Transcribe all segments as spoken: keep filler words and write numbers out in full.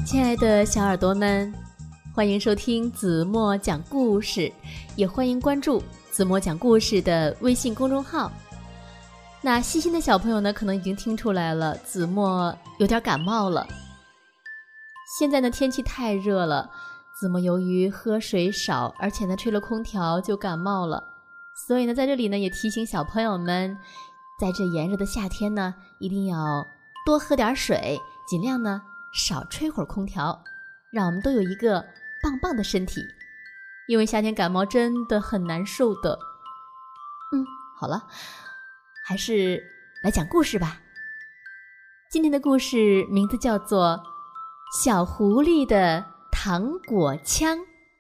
亲爱的小耳朵们，欢迎收听子墨讲故事，也欢迎关注子墨讲故事的微信公众号。那细心的小朋友呢，可能已经听出来了，子墨有点感冒了。现在呢，天气太热了，子墨由于喝水少，而且呢吹了空调就感冒了。所以呢，在这里呢也提醒小朋友们，在这炎热的夏天呢，一定要多喝点水，尽量呢少吹会儿空调，让我们都有一个棒棒的身体。因为夏天感冒真的很难受的。嗯，好了，还是来讲故事吧。今天的故事名字叫做《小狐狸的糖果枪》。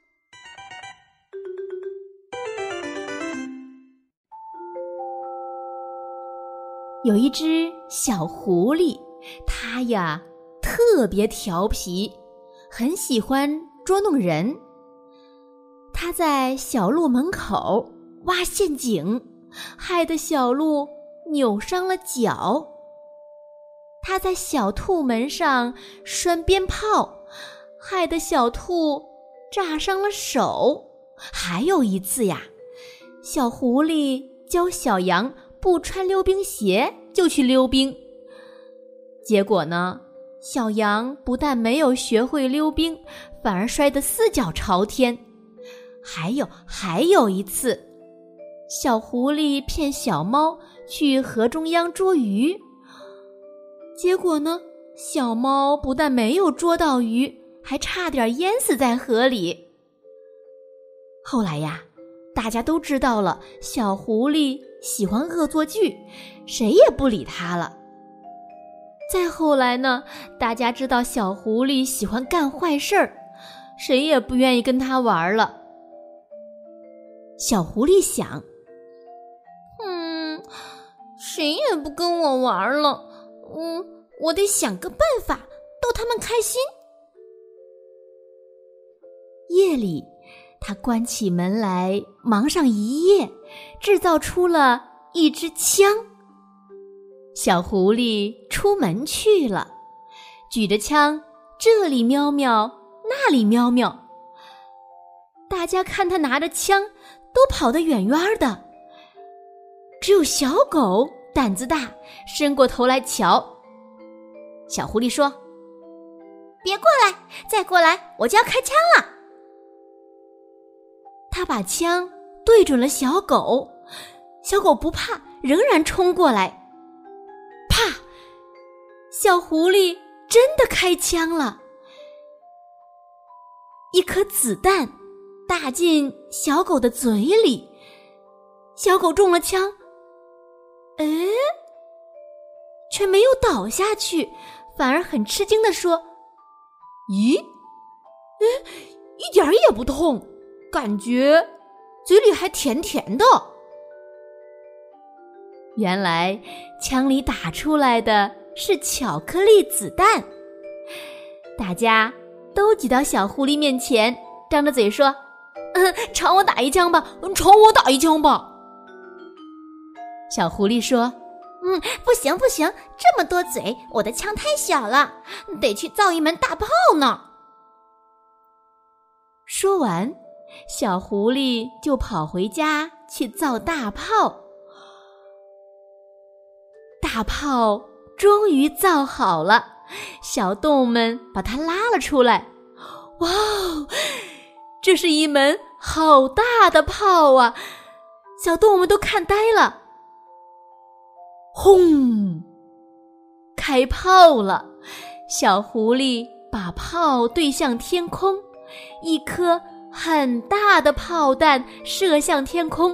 有一只小狐狸，它呀特别调皮，很喜欢捉弄人。它在小鹿门口挖陷阱，害得小鹿扭伤了脚。它在小兔门上拴鞭炮，害得小兔炸伤了手。还有一次呀，小狐狸教小羊不穿溜冰鞋就去溜冰，结果呢，小羊不但没有学会溜冰，反而摔得四脚朝天。还有还有一次，小狐狸骗小猫去河中央捉鱼，结果呢，小猫不但没有捉到鱼，还差点淹死在河里。后来呀，大家都知道了，小狐狸喜欢恶作剧，谁也不理它了。再后来呢，大家知道小狐狸喜欢干坏事儿，谁也不愿意跟它玩了。小狐狸想，嗯，谁也不跟我玩了，嗯，我得想个办法逗他们开心。夜里，他关起门来，忙上一夜，制造出了一支枪。小狐狸出门去了，举着枪，这里喵喵，那里喵喵。大家看他拿着枪，都跑得远远的。只有小狗胆子大，伸过头来瞧。小狐狸说：“别过来，再过来，我就要开枪了。”他把枪对准了小狗，小狗不怕，仍然冲过来。啪！小狐狸真的开枪了，一颗子弹打进小狗的嘴里，小狗中了枪，哎，却没有倒下去，反而很吃惊地说：“咦，哎，一点儿也不痛，感觉嘴里还甜甜的。”原来枪里打出来的是巧克力子弹。大家都挤到小狐狸面前，张着嘴说：“嗯，朝我打一枪吧，朝我打一枪吧。”小狐狸说：“嗯，不行不行，这么多嘴，我的枪太小了，得去造一门大炮呢。”说完，小狐狸就跑回家去造大炮。大炮终于造好了，小动物们把它拉了出来。哇哦，这是一门好大的炮啊！小动物们都看呆了。轰！开炮了！小狐狸把炮对向天空，一颗很大的炮弹射向天空。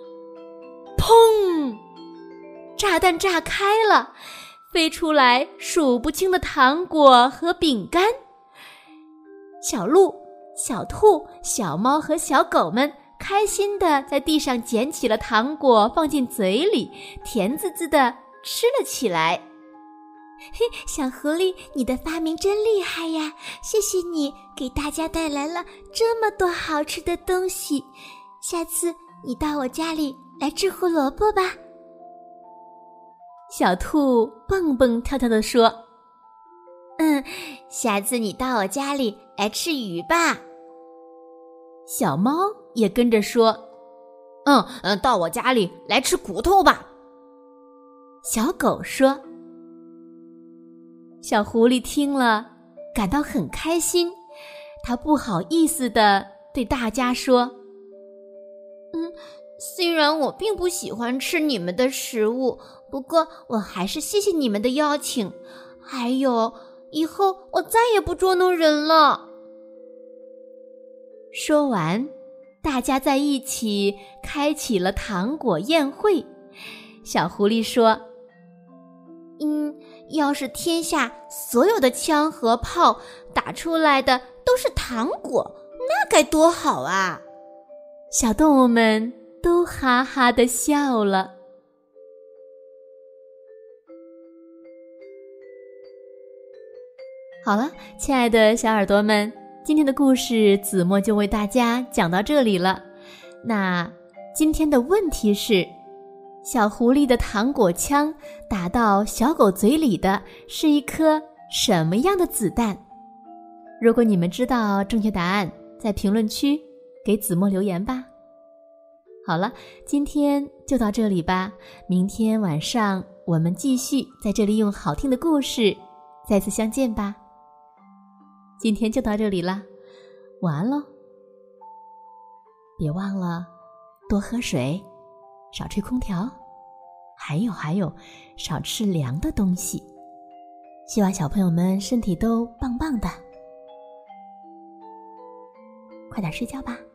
砰！炸弹炸开了，飞出来数不清的糖果和饼干。小鹿、小兔、小猫和小狗们开心地在地上捡起了糖果，放进嘴里，甜滋滋地吃了起来。嘿，小狐狸，你的发明真厉害呀！谢谢你给大家带来了这么多好吃的东西。下次你到我家里来吃胡萝卜吧。小兔蹦蹦跳跳地说。 嗯，下次你到我家里来吃鱼吧。小猫也跟着说，嗯嗯，到我家里来吃骨头吧。小狗说。小狐狸听了，感到很开心，它不好意思地对大家说，嗯，虽然我并不喜欢吃你们的食物，不过我还是谢谢你们的邀请，还有以后我再也不捉弄人了。说完，大家在一起开启了糖果宴会。小狐狸说，嗯，要是天下所有的枪和炮打出来的都是糖果，那该多好啊！小动物们都哈哈地笑了。好了，亲爱的小耳朵们，今天的故事子墨就为大家讲到这里了。那今天的问题是，小狐狸的糖果枪打到小狗嘴里的是一颗什么样的子弹？如果你们知道正确答案，在评论区给子墨留言吧。好了，今天就到这里吧，明天晚上我们继续在这里用好听的故事再次相见吧。今天就到这里了，晚安喽。别忘了多喝水，少吹空调，还有还有少吃凉的东西。希望小朋友们身体都棒棒的，快点睡觉吧。